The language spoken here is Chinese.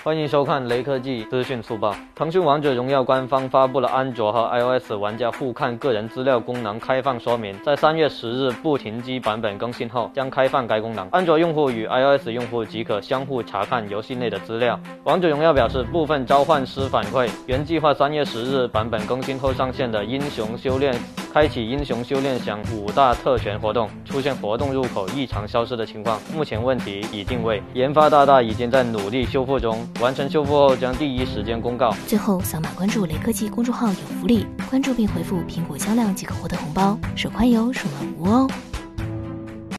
欢迎收看雷科技资讯速报。腾讯王者荣耀官方发布了安卓和 iOS 玩家互看个人资料功能开放说明，在3月10日不停机版本更新后，将开放该功能。安卓用户与 iOS 用户即可相互查看游戏内的资料。王者荣耀表示，部分召唤师反馈，原计划3月10日版本更新后上线的英雄修炼开启英雄修炼奖5大特权活动出现活动入口异常消失的情况，目前问题已定位，研发大已经在努力修复中，完成修复后将第一时间公告。 最后扫码关注雷科技公众号有福利，关注并回复苹果销量即可获得红包，手宽有手慢无哦。